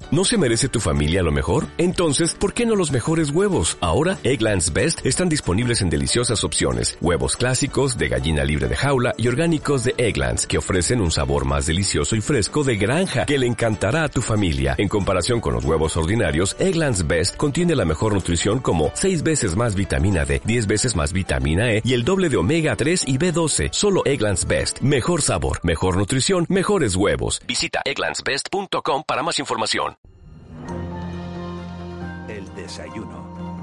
¿No se merece tu familia lo mejor? Entonces, ¿por qué no los mejores huevos? Ahora, Eggland's Best están disponibles en deliciosas opciones. Huevos clásicos, de gallina libre de jaula y orgánicos de Eggland's, que ofrecen un sabor más delicioso y fresco de granja, que le encantará a tu familia. En comparación con los huevos ordinarios, Eggland's Best contiene la mejor nutrición como 6 veces más vitamina D, 10 veces más vitamina E y el doble de omega 3 y B12. Solo Eggland's Best. Mejor sabor, mejor nutrición, mejores huevos. Visita egglandsbest.com para más información. El desayuno.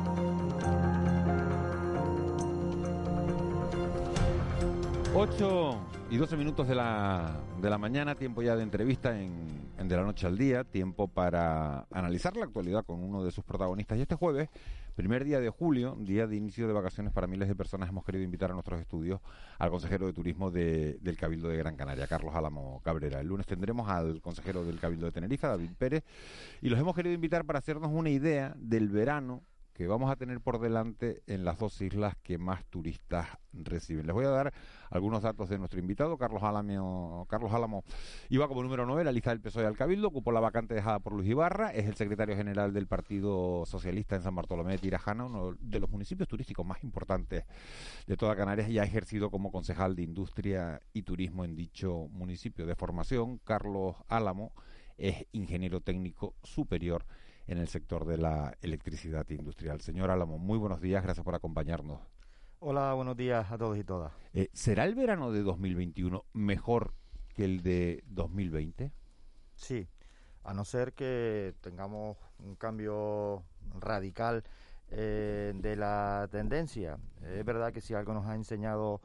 8:12 de la mañana, tiempo ya de entrevista en De la Noche al Día, tiempo para analizar la actualidad con uno de sus protagonistas. Y este jueves, primer día de julio, día de inicio de vacaciones para miles de personas, hemos querido invitar a nuestros estudios al consejero de Turismo del Cabildo de Gran Canaria, Carlos Álamo Cabrera. El lunes tendremos al consejero del Cabildo de Tenerife, David Pérez, y los hemos querido invitar para hacernos una idea del verano que vamos a tener por delante en las dos islas que más turistas reciben. Les voy a dar algunos datos de nuestro invitado, Carlos Álamo. Carlos Álamo iba como número 9 en la lista del PSOE al Cabildo, ocupó la vacante dejada por Luis Ibarra, es el secretario general del Partido Socialista en San Bartolomé de Tirajana, uno de los municipios turísticos más importantes de toda Canarias, y ha ejercido como concejal de Industria y Turismo en dicho municipio. De formación, Carlos Álamo es ingeniero técnico superior en el sector de la electricidad industrial. Señor Álamo, muy buenos días, gracias por acompañarnos. Hola, buenos días a todos y todas. ¿Será el verano de 2021 mejor que el de 2020? Sí, a no ser que tengamos un cambio radical de la tendencia. Es verdad que si algo nos ha enseñado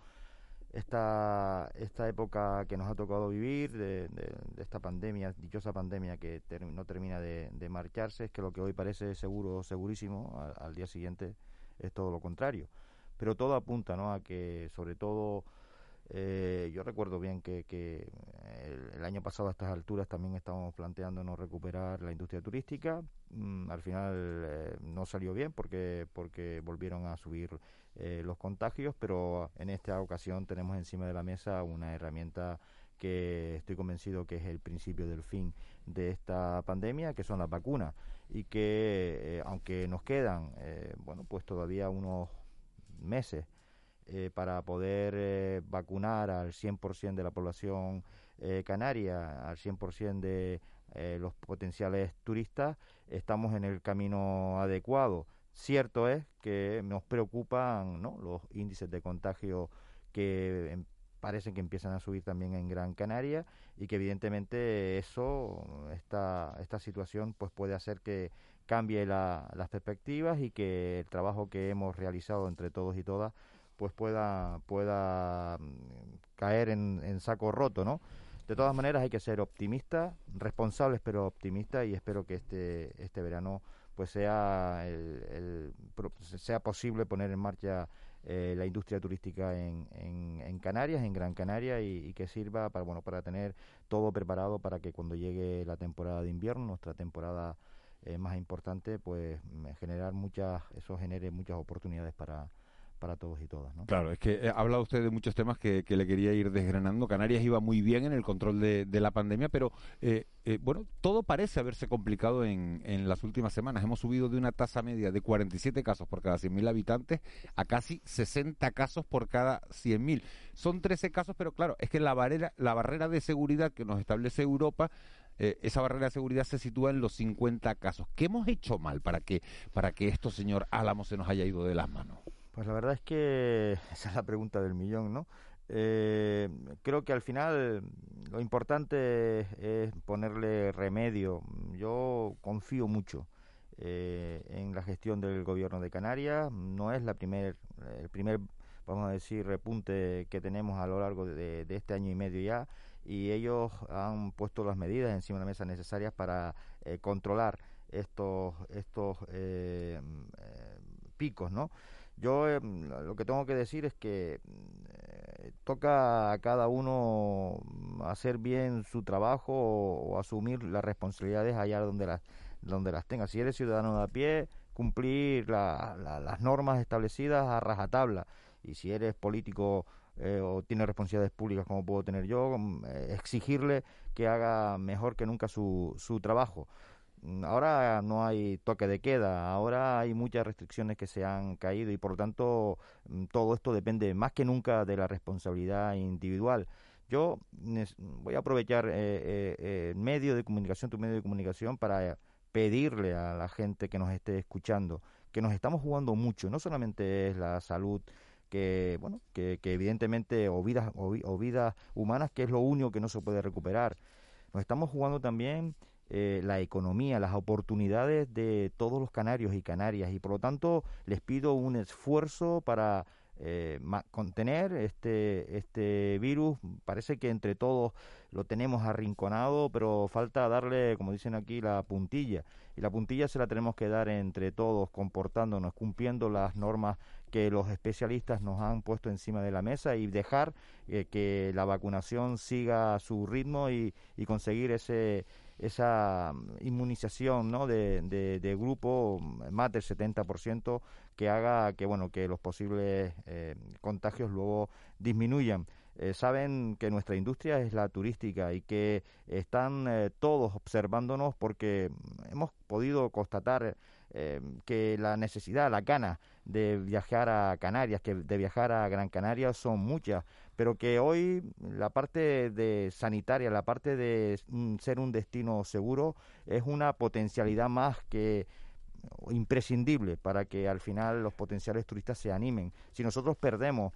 esta época que nos ha tocado vivir, de esta pandemia, dichosa pandemia que no termina de marcharse, es que lo que hoy parece seguro, segurísimo, al día siguiente es todo lo contrario. Pero todo apunta, ¿no?, a que, sobre todo, yo recuerdo bien que el año pasado a estas alturas también estábamos planteándonos recuperar la industria turística. Al final no salió bien porque volvieron a subir los contagios, pero en esta ocasión tenemos encima de la mesa una herramienta que estoy convencido que es el principio del fin de esta pandemia, que son las vacunas, y que aunque nos quedan pues todavía unos meses para poder vacunar al 100% de la población canaria, al 100% de los potenciales turistas, estamos en el camino adecuado. Cierto es que nos preocupan, ¿no?, los índices de contagio que parecen que empiezan a subir también en Gran Canaria, y que evidentemente esta situación pues puede hacer que cambie las perspectivas y que el trabajo que hemos realizado entre todos y todas pues pueda caer en saco roto, ¿no? De todas maneras hay que ser optimistas, responsables pero optimistas, y espero que este verano pues sea posible poner en marcha la industria turística en Canarias, en Gran Canaria, y que sirva para tener todo preparado para que cuando llegue la temporada de invierno, nuestra temporada más importante, pues genere muchas oportunidades para todos y todas, ¿no? Claro, es que ha hablado usted de muchos temas que le quería ir desgranando. Canarias iba muy bien en el control de la pandemia, pero todo parece haberse complicado en las últimas semanas. Hemos subido de una tasa media de 47 casos por cada 100.000 habitantes a casi 60 casos por cada 100.000. Son 13 casos, pero claro, es que la barrera de seguridad que nos establece Europa, esa barrera de seguridad se sitúa en los 50 casos. ¿Qué hemos hecho mal para que esto, señor Álamo, se nos haya ido de las manos? Pues la verdad es que esa es la pregunta del millón, ¿no? Creo que al final lo importante es ponerle remedio. Yo confío mucho en la gestión del gobierno de Canarias. No es el primer, vamos a decir, repunte que tenemos a lo largo de este año y medio ya, y ellos han puesto las medidas encima de la mesa necesarias para controlar estos picos, ¿no? Yo lo que tengo que decir es que toca a cada uno hacer bien su trabajo o asumir las responsabilidades allá donde las tenga. Si eres ciudadano de a pie, cumplir las normas establecidas a rajatabla. Y si eres político o tienes responsabilidades públicas como puedo tener yo, exigirle que haga mejor que nunca su trabajo. ahora no hay toque de queda, ahora hay muchas restricciones que se han caído y por lo tanto todo esto depende más que nunca de la responsabilidad individual. Yo voy a aprovechar el medio de comunicación, tu medio de comunicación, para pedirle a la gente que nos esté escuchando que nos estamos jugando mucho, no solamente es la salud, que bueno, que evidentemente o vidas humanas, que es lo único que no se puede recuperar. Nos estamos jugando también la economía, las oportunidades de todos los canarios y canarias, y por lo tanto les pido un esfuerzo para contener este virus. Parece que entre todos lo tenemos arrinconado, pero falta darle, como dicen aquí, la puntilla. Y la puntilla se la tenemos que dar entre todos, comportándonos, cumpliendo las normas que los especialistas nos han puesto encima de la mesa y dejar que la vacunación siga a su ritmo y conseguir esa inmunización, ¿no?, de grupo, más del 70%, que haga que, bueno, que los posibles contagios luego disminuyan. Saben que nuestra industria es la turística y que están todos observándonos porque hemos podido constatar que la necesidad, la gana de viajar a Canarias, de viajar a Gran Canaria son muchas, pero que hoy la parte de sanitaria, la parte de ser un destino seguro es una potencialidad más que imprescindible para que al final los potenciales turistas se animen. Si nosotros perdemos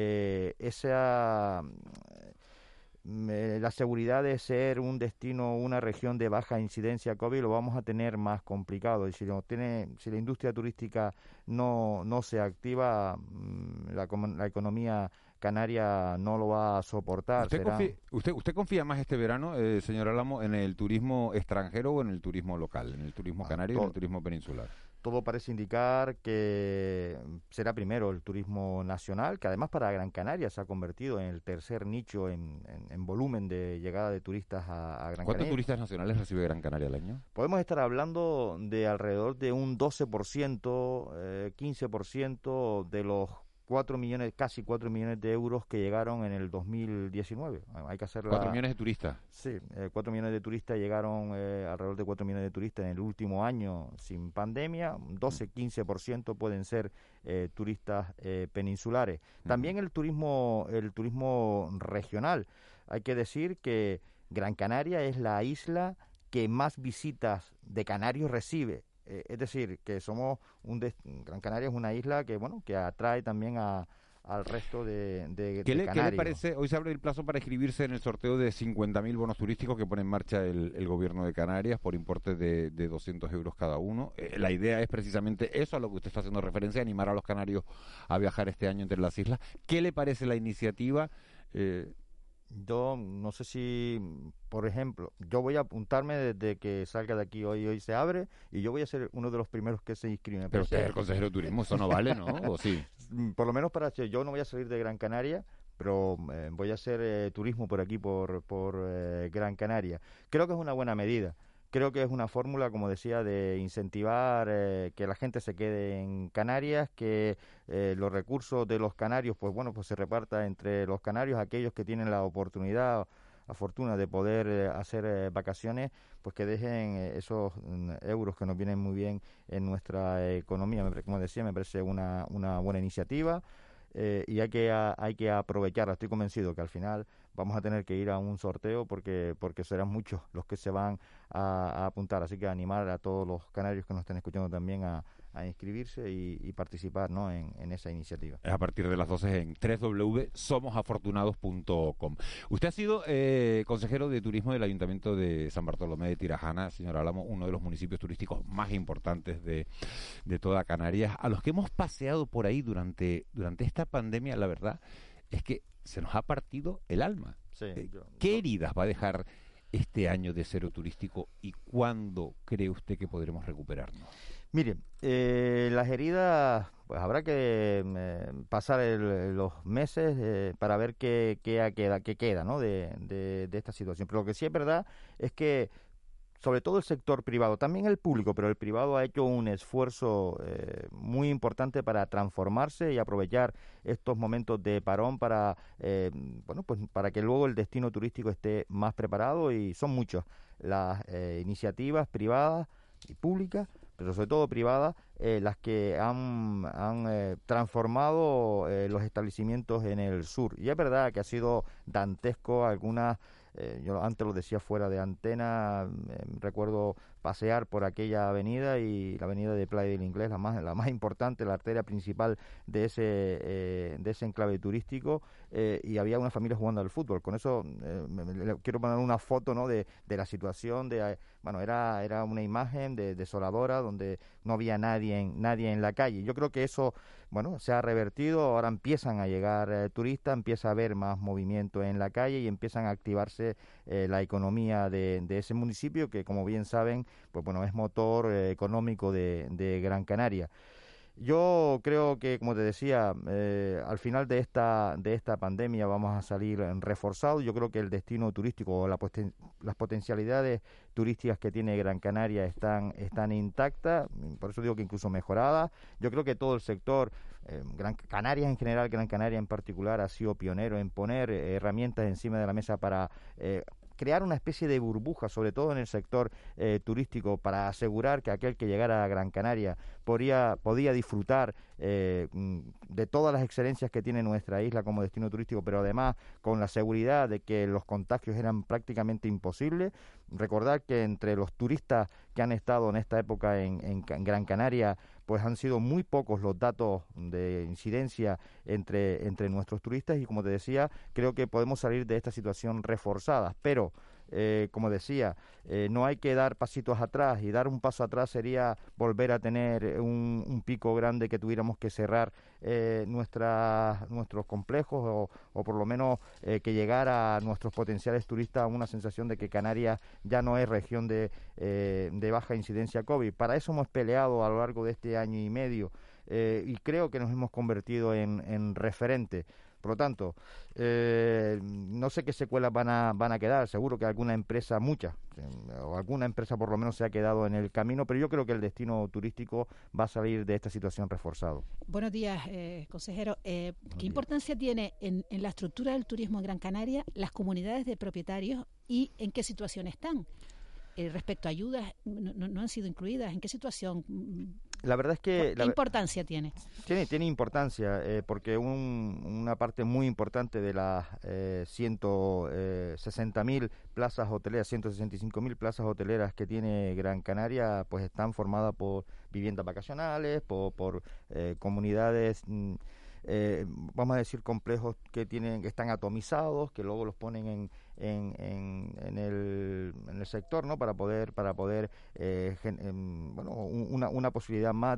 la seguridad de ser un destino, una región de baja incidencia COVID, lo vamos a tener más complicado. Y si la industria turística no se activa, la economía canaria no lo va a soportar. ¿Usted confía más este verano, señor Álamo, en el turismo extranjero o en el turismo local, en el turismo canario y en el turismo peninsular? Todo parece indicar que será primero el turismo nacional, que además para Gran Canaria se ha convertido en el tercer nicho en volumen de llegada de turistas a Gran Canaria. ¿Cuántos turistas nacionales recibe Gran Canaria al año? Podemos estar hablando de alrededor de un 12%, 15% de los 4 millones, casi 4 millones de euros que llegaron en el 2019. Hay que hacer 4 millones de turistas. Sí, 4 millones de turistas llegaron, alrededor de 4 millones de turistas en el último año sin pandemia. 12-15% pueden ser turistas peninsulares. También el turismo regional. Hay que decir que Gran Canaria es la isla que más visitas de canarios recibe. Es decir, que somos Gran Canaria es una isla que, bueno, que atrae también al resto de ¿Qué le canarios. parece? Hoy se abre el plazo para inscribirse en el sorteo de 50.000 bonos turísticos que pone en marcha el gobierno de Canarias por importe de 200 euros cada uno. La idea es precisamente eso, a lo que usted está haciendo referencia, animar a los canarios a viajar este año entre las islas. ¿Qué le parece la iniciativa? Yo no sé si, por ejemplo, yo voy a apuntarme desde que salga de aquí hoy se abre, y yo voy a ser uno de los primeros que se inscriben. Pero usted es el consejero de turismo, eso no vale, ¿no? ¿O sí? Por lo menos yo no voy a salir de Gran Canaria, pero voy a hacer turismo por aquí, por Gran Canaria. Creo que es una buena medida. Creo que es una fórmula, como decía, de incentivar que la gente se quede en Canarias, que los recursos de los canarios, pues bueno, pues se reparta entre los canarios, aquellos que tienen la oportunidad, la fortuna de poder hacer vacaciones, pues que dejen esos euros que nos vienen muy bien en nuestra economía. Como decía, me parece una buena iniciativa. Y hay que aprovecharla. Estoy convencido que al final vamos a tener que ir a un sorteo porque serán muchos los que se van a apuntar. Así que animar a todos los canarios que nos estén escuchando también a inscribirse y participar, ¿no?, en esa iniciativa. Es a partir de las 12 en www.somosafortunados.com. Usted ha sido consejero de turismo del Ayuntamiento de San Bartolomé de Tirajana, señor Álamo, uno de los municipios turísticos más importantes de toda Canarias, a los que hemos paseado por ahí durante esta pandemia. La verdad es que se nos ha partido el alma. Sí, ¿Qué heridas va a dejar este año de cero turístico y cuándo cree usted que podremos recuperarnos? Mire, las heridas, pues habrá que pasar los meses para ver qué queda, ¿no?, de esta situación. Pero lo que sí es verdad es que sobre todo el sector privado, también el público, pero el privado ha hecho un esfuerzo muy importante para transformarse y aprovechar estos momentos de parón para, pues para que luego el destino turístico esté más preparado, y son muchos las iniciativas privadas y públicas, pero sobre todo privadas, las que han transformado los establecimientos en el sur. Y es verdad que ha sido dantesco algunas. Yo antes lo decía fuera de antena, recuerdo pasear por aquella avenida, y la avenida de Playa del Inglés, la más importante, la arteria principal de ese enclave turístico, y había una familia jugando al fútbol. Con eso quiero poner una foto, ¿no?, de la situación. Bueno, era una imagen desoladora, donde no había nadie en la calle. Yo creo que eso, bueno, se ha revertido. Ahora empiezan a llegar turistas, empieza a haber más movimiento en la calle y empiezan a activarse la economía de ese municipio, que, como bien saben, pues bueno, es motor económico de Gran Canaria. Yo creo que, como te decía, al final de esta pandemia vamos a salir reforzados. Yo creo que el destino turístico o las potencialidades turísticas que tiene Gran Canaria están intactas, por eso digo que incluso mejoradas. Yo creo que todo el sector, Gran Canaria en general, Gran Canaria en particular, ha sido pionero en poner herramientas encima de la mesa para crear una especie de burbuja, sobre todo en el sector turístico, para asegurar que aquel que llegara a Gran Canaria podía disfrutar de todas las excelencias que tiene nuestra isla como destino turístico, pero además con la seguridad de que los contagios eran prácticamente imposibles. Recordar que entre los turistas que han estado en esta época en Gran Canaria, pues han sido muy pocos los datos de incidencia entre nuestros turistas, y como te decía, creo que podemos salir de esta situación reforzadas, pero como decía, no hay que dar pasitos atrás, y dar un paso atrás sería volver a tener un pico grande, que tuviéramos que cerrar nuestros complejos, o por lo menos que llegara a nuestros potenciales turistas una sensación de que Canarias ya no es región de baja incidencia COVID. Para eso hemos peleado a lo largo de este año y medio, y creo que nos hemos convertido en referente. Por lo tanto, no sé qué secuelas van a quedar. Seguro que alguna empresa, muchas, o alguna empresa por lo menos se ha quedado en el camino, pero yo creo que el destino turístico va a salir de esta situación reforzado. Buenos días, consejero. ¿Qué importancia tiene en la estructura del turismo en Gran Canaria las comunidades de propietarios, y en qué situación están? Respecto a ayudas, no han sido incluidas. ¿En qué situación? La verdad es que... ¿Qué importancia tiene? Tiene importancia, porque una parte muy importante de las 160.000 plazas hoteleras, 165.000 plazas hoteleras que tiene Gran Canaria, pues están formadas por viviendas vacacionales, por comunidades... vamos a decir, complejos que están atomizados, que luego los ponen en el sector, ¿no?, para poder una posibilidad más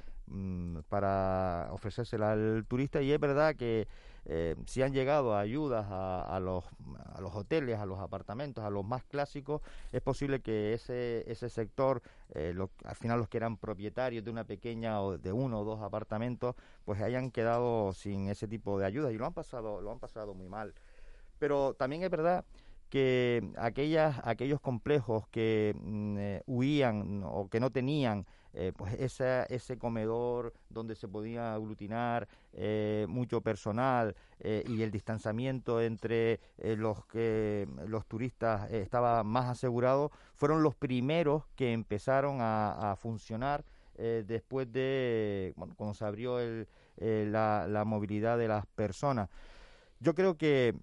para ofrecérsela al turista. Y es verdad que si han llegado ayudas a los hoteles, a los apartamentos, a los más clásicos, es posible que ese sector, al final los que eran propietarios de una pequeña o de uno o dos apartamentos, pues hayan quedado sin ese tipo de ayudas, y lo han pasado muy mal. Pero también es verdad que aquellos complejos que huían o que no tenían pues ese comedor donde se podía aglutinar mucho personal, y el distanciamiento entre los turistas estaba más asegurado, fueron los primeros que empezaron a funcionar después de cuando se abrió la movilidad de las personas. Yo creo que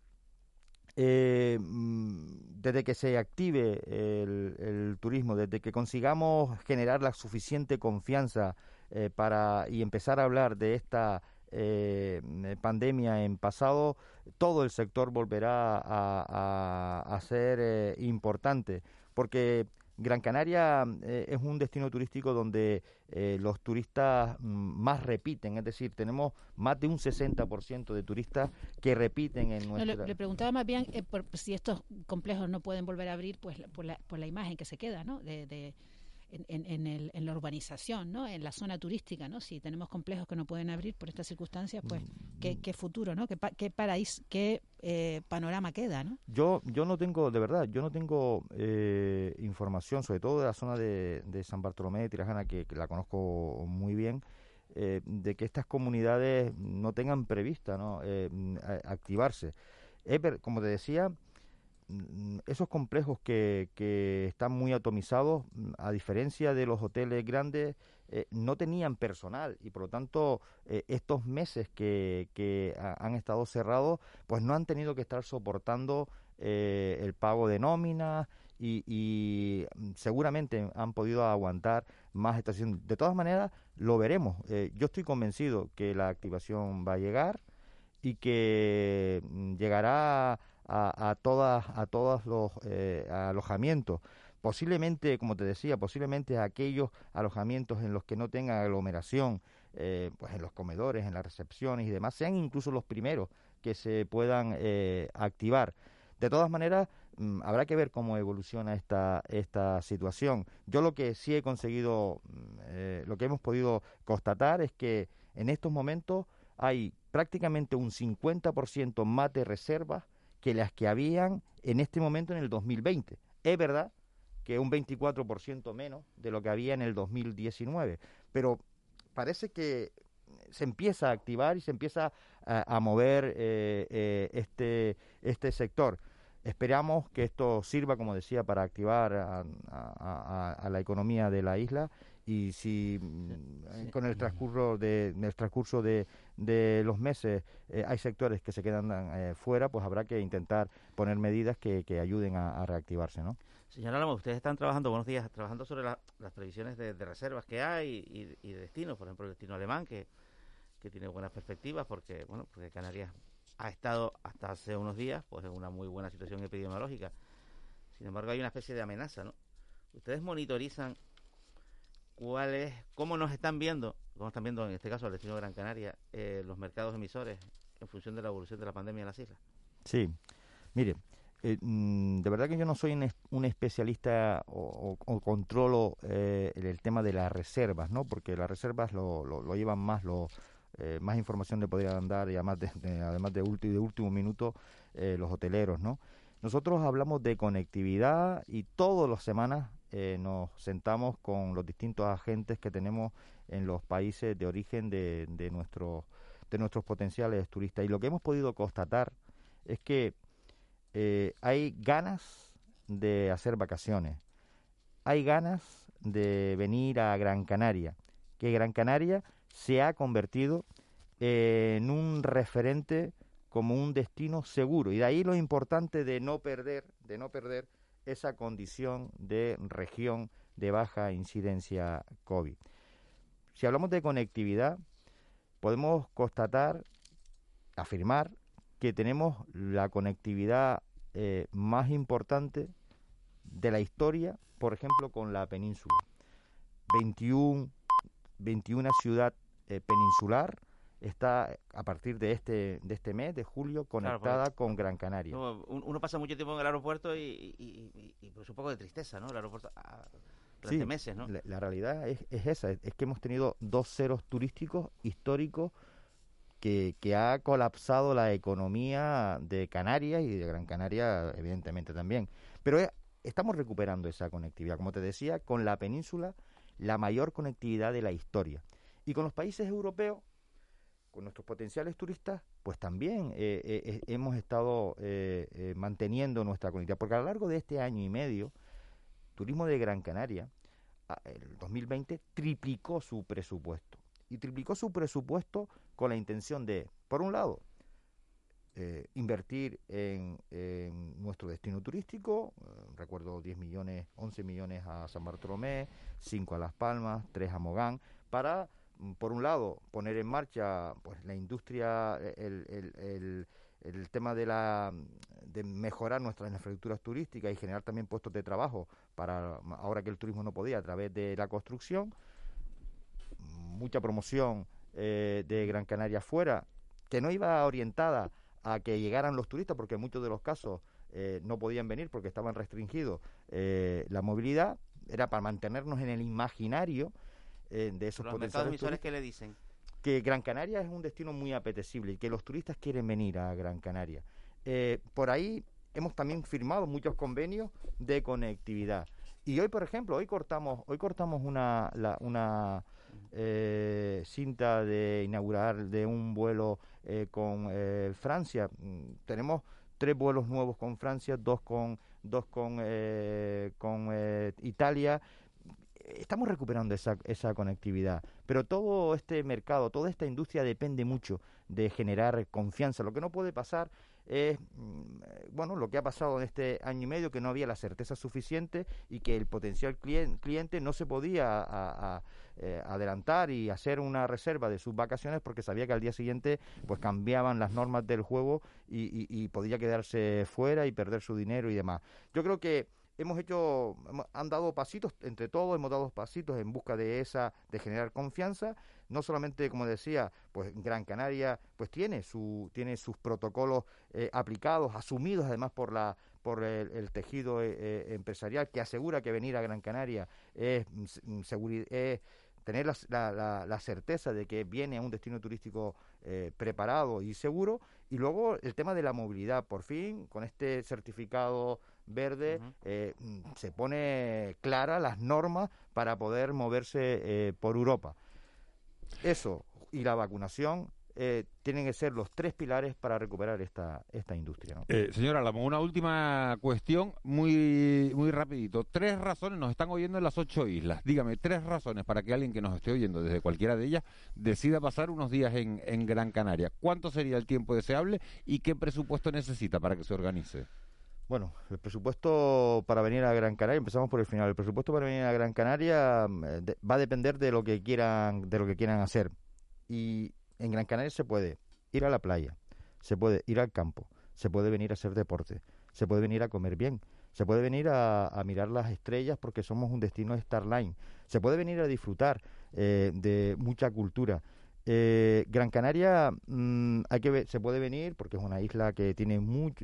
desde que se active el turismo, desde que consigamos generar la suficiente confianza y empezar a hablar de esta pandemia en pasado, todo el sector volverá a ser importante, porque Gran Canaria es un destino turístico donde los turistas más repiten, es decir, tenemos más de un 60% de turistas que repiten en nuestra... Le preguntaba más bien si estos complejos no pueden volver a abrir, pues por la imagen que se queda, ¿no?, en la urbanización, ¿no?, en la zona turística, ¿no? Si tenemos complejos que no pueden abrir por estas circunstancias, pues qué futuro, ¿no? Qué paraíso, qué panorama queda, ¿no? Yo no tengo, de verdad, información, sobre todo de la zona de San Bartolomé de Tirajana, que la conozco muy bien, de que estas comunidades no tengan prevista, ¿no?, activarse. Como te decía, esos complejos que están muy atomizados, a diferencia de los hoteles grandes, no tenían personal y por lo tanto estos meses que han estado cerrados, pues no han tenido que estar soportando el pago de nóminas y seguramente han podido aguantar más esta situación. De todas maneras, lo veremos. Yo estoy convencido que la activación va a llegar y que llegará a todos los alojamientos. Posiblemente, como te decía, posiblemente aquellos alojamientos en los que no tenga aglomeración, pues en los comedores, en las recepciones y demás, sean incluso los primeros que se puedan activar. De todas maneras, habrá que ver cómo evoluciona esta situación. Yo lo que sí he conseguido, lo que hemos podido constatar es que en estos momentos hay prácticamente un 50% más de reservas que las que habían en este momento en el 2020. Es verdad que un 24% menos de lo que había en el 2019, pero parece que se empieza a activar y se empieza a mover este sector. Esperamos que esto sirva, como decía, para activar a la economía de la isla y si con el transcurso de los meses hay sectores que se quedan fuera, pues habrá que intentar poner medidas que ayuden a reactivarse, ¿no? Señora Álamo, ustedes están trabajando, buenos días, trabajando sobre las previsiones de reservas que hay y de destinos, por ejemplo el destino alemán que tiene buenas perspectivas porque Canarias ha estado hasta hace unos días pues en una muy buena situación epidemiológica. Sin embargo, hay una especie de amenaza, ¿no? Ustedes monitorizan cómo nos están viendo, en este caso el destino de Gran Canaria, los mercados emisores en función de la evolución de la pandemia en las islas. Sí, mire, de verdad que yo no soy un especialista o controlo el tema de las reservas, ¿no? Porque las reservas lo llevan más más información le podrían dar y además de último minuto los hoteleros, ¿no? Nosotros hablamos de conectividad y todas las semanas nos sentamos con los distintos agentes que tenemos en los países de origen de nuestros potenciales turistas. Y lo que hemos podido constatar es que hay ganas de hacer vacaciones, hay ganas de venir a Gran Canaria, que Gran Canaria se ha convertido en un referente como un destino seguro, y de ahí lo importante de no perder esa condición de región de baja incidencia COVID. Si hablamos de conectividad, podemos afirmar que tenemos la conectividad más importante de la historia, por ejemplo, con la península. 21 ciudad peninsular está a partir de este mes de julio conectada, claro, con Gran Canaria. Uno pasa mucho tiempo en el aeropuerto y pues un poco de tristeza, ¿no? El aeropuerto durante meses, ¿no? La realidad es esa, es que hemos tenido 2 ceros turísticos históricos que ha colapsado la economía de Canarias y de Gran Canaria, evidentemente también. Pero estamos recuperando esa conectividad, como te decía, con la península, la mayor conectividad de la historia. Y con los países europeos, con nuestros potenciales turistas, pues también hemos estado manteniendo nuestra conectividad, porque a lo largo de este año y medio, Turismo de Gran Canaria, el 2020, triplicó su presupuesto. Y triplicó su presupuesto con la intención de, por un lado, invertir en nuestro destino turístico, recuerdo 10 millones, 11 millones a San Bartolomé, 5 a Las Palmas, 3 a Mogán, para, por un lado, poner en marcha pues la industria, el tema de mejorar nuestras infraestructuras turísticas y generar también puestos de trabajo para ahora que el turismo no podía a través de la construcción, mucha promoción de Gran Canaria fuera, que no iba orientada a que llegaran los turistas, porque en muchos de los casos no podían venir porque estaban restringidos la movilidad, era para mantenernos en el imaginario de esos los potenciales mercados emisores. turistas. ¿Qué le dicen? Que Gran Canaria es un destino muy apetecible y que los turistas quieren venir a Gran Canaria. Por ahí hemos también firmado muchos convenios de conectividad. Y hoy, por ejemplo, hoy cortamos una cinta de inaugurar de un vuelo con Francia. Tenemos 3 vuelos nuevos con Francia, dos con Italia. Estamos recuperando esa conectividad, pero todo este mercado, toda esta industria depende mucho de generar confianza. Lo que no puede pasar es, bueno, lo que ha pasado en este año y medio, que no había la certeza suficiente y que el potencial cliente no se podía adelantar y hacer una reserva de sus vacaciones porque sabía que al día siguiente pues cambiaban las normas del juego y podía quedarse fuera y perder su dinero y demás. Yo creo que han dado pasitos entre todos, hemos dado pasitos en busca de generar confianza. No solamente, como decía, pues Gran Canaria pues tiene sus protocolos aplicados, asumidos además por el tejido empresarial, que asegura que venir a Gran Canaria es tener la certeza de que viene a un destino turístico preparado y seguro. Y luego el tema de la movilidad, por fin, con este certificado verde, se pone clara las normas para poder moverse por Europa. Eso y la vacunación tienen que ser los 3 pilares para recuperar esta industria, ¿no? Señor Álamo, una última cuestión muy rapidito. 3 razones, nos están oyendo en las 8 islas. Dígame, 3 razones para que alguien que nos esté oyendo desde cualquiera de ellas decida pasar unos días en Gran Canaria. ¿Cuánto sería el tiempo deseable y qué presupuesto necesita para que se organice? Bueno, el presupuesto para venir a Gran Canaria, empezamos por el final. El presupuesto para venir a Gran Canaria va a depender de lo que quieran hacer. Y en Gran Canaria se puede ir a la playa, se puede ir al campo, se puede venir a hacer deporte, se puede venir a comer bien, se puede venir a mirar las estrellas porque somos un destino Starline, se puede venir a disfrutar de mucha cultura. Gran Canaria se puede venir porque es una isla que tiene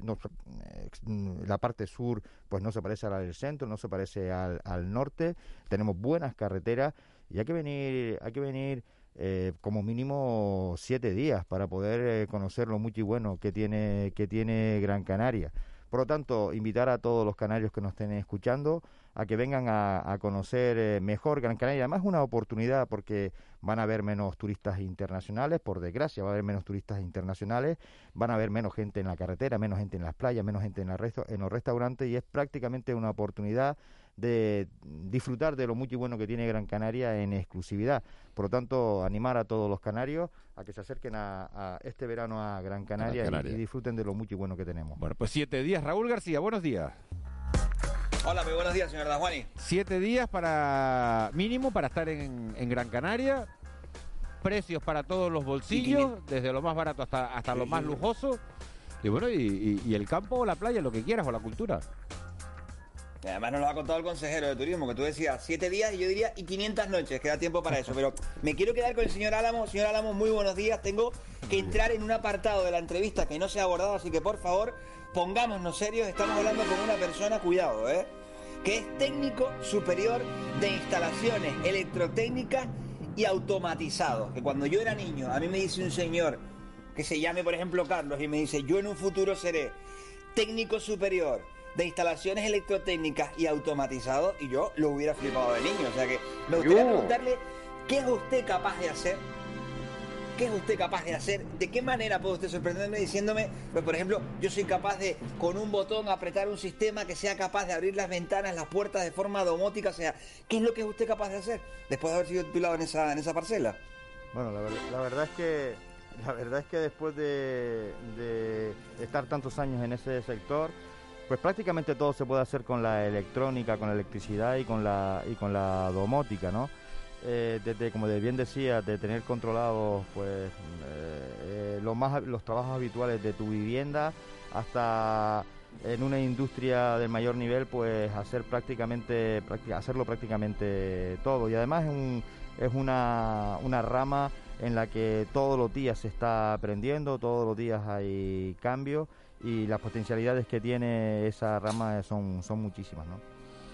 la parte sur pues no se parece a la del centro, no se parece al norte, tenemos buenas carreteras y hay que venir como mínimo 7 días para poder conocer lo mucho y bueno que tiene Gran Canaria. Por lo tanto, invitar a todos los canarios que nos estén escuchando a que vengan a conocer mejor Gran Canaria. Además, es una oportunidad porque van a haber menos turistas internacionales, por desgracia, va a haber menos turistas internacionales, van a haber menos gente en la carretera, menos gente en las playas, menos gente en los restaurantes y es prácticamente una oportunidad de disfrutar de lo mucho y bueno que tiene Gran Canaria en exclusividad. Por lo tanto, animar a todos los canarios a que se acerquen a este verano a Gran Canaria, y disfruten de lo mucho y bueno que tenemos. Bueno, pues 7 días. Raúl García, buenos días. Hola, muy buenos días, señor Dajuani. 7 días mínimo para estar en Gran Canaria. Precios para todos los bolsillos, desde lo más barato hasta lo más lujoso. Y bueno, y el campo o la playa, lo que quieras, o la cultura. Y además nos lo ha contado el consejero de turismo, que tú decías 7 días y yo diría y 500 noches, queda tiempo para eso. Pero me quiero quedar con el señor Álamo. Señor Álamo, muy buenos días. Tengo que entrar en un apartado de la entrevista que no se ha abordado, así que por favor, pongámonos serios. Estamos hablando con una persona, cuidado, que es técnico superior de instalaciones electrotécnicas y automatizados. Que cuando yo era niño, a mí me dice un señor que se llame, por ejemplo, Carlos, y me dice, yo en un futuro seré técnico superior de instalaciones electrotécnicas y automatizado, y yo lo hubiera flipado de niño. O sea que me gustaría preguntarle, ¿qué es usted capaz de hacer? ¿Qué es usted capaz de hacer? ¿De qué manera puede usted sorprenderme diciéndome, pues por ejemplo, yo soy capaz de, con un botón, apretar un sistema que sea capaz de abrir las ventanas, las puertas de forma domótica? O sea, ¿qué es lo que es usted capaz de hacer después de haber sido titulado en esa parcela? Bueno, la verdad es que después de estar tantos años en ese sector, pues prácticamente todo se puede hacer con la electrónica, con la electricidad y con la domótica, ¿no? Desde, como bien decía, de tener controlados pues los trabajos habituales de tu vivienda hasta en una industria del mayor nivel, pues hacerlo prácticamente todo. Y además es una rama en la que todos los días se está aprendiendo, todos los días hay cambios y las potencialidades que tiene esa rama son muchísimas, ¿no?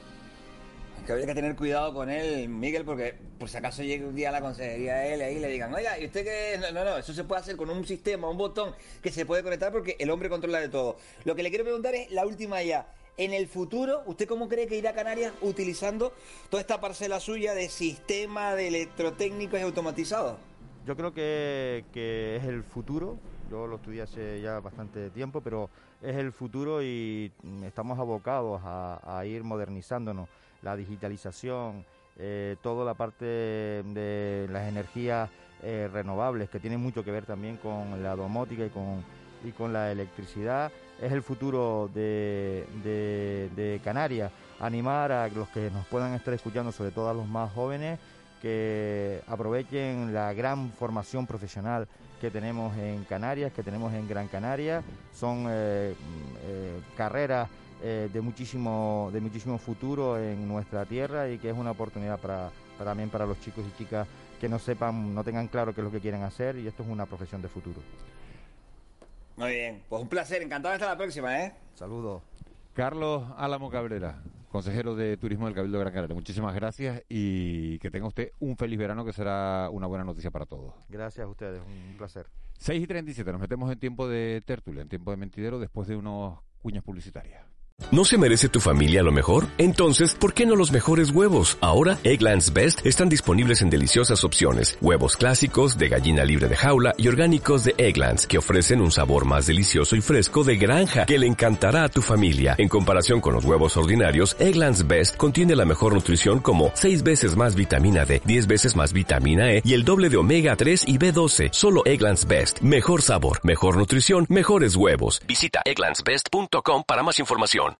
Que habría que tener cuidado con él, Miguel, porque por si acaso llegue un día a la consejería de él y le digan, oiga, ¿y usted qué? No, eso se puede hacer con un sistema, un botón que se puede conectar porque el hombre controla de todo. Lo que le quiero preguntar es la última ya. En el futuro, ¿usted cómo cree que irá a Canarias utilizando toda esta parcela suya de sistema de electrotécnicos y automatizados? Yo creo que es el futuro yo lo estudié hace ya bastante tiempo, pero es el futuro y estamos abocados a ir modernizándonos. La digitalización, toda la parte de las energías renovables, que tienen mucho que ver también con la domótica y con la electricidad, es el futuro de Canarias. Animar a los que nos puedan estar escuchando, sobre todo a los más jóvenes, que aprovechen la gran formación profesional que tenemos en Canarias, que tenemos en Gran Canaria. Son carreras de muchísimo futuro en nuestra tierra, y que es una oportunidad también para los chicos y chicas que no tengan claro qué es lo que quieren hacer, y esto es una profesión de futuro. Muy bien, pues un placer, encantado, hasta la próxima, Saludos. Carlos Álamo Cabrera, consejero de Turismo del Cabildo de Gran Canaria, muchísimas gracias y que tenga usted un feliz verano, que será una buena noticia para todos. Gracias a ustedes, un placer. 6:37, nos metemos en tiempo de tertulia, en tiempo de mentidero, después de unos cuñas publicitarias. ¿No se merece tu familia lo mejor? Entonces, ¿por qué no los mejores huevos? Ahora, Eggland's Best están disponibles en deliciosas opciones. Huevos clásicos, de gallina libre de jaula y orgánicos de Eggland's, que ofrecen un sabor más delicioso y fresco de granja que le encantará a tu familia. En comparación con los huevos ordinarios, Eggland's Best contiene la mejor nutrición, como 6 veces más vitamina D, 10 veces más vitamina E y el doble de omega 3 y B12. Solo Eggland's Best. Mejor sabor, mejor nutrición, mejores huevos. Visita egglandsbest.com para más información.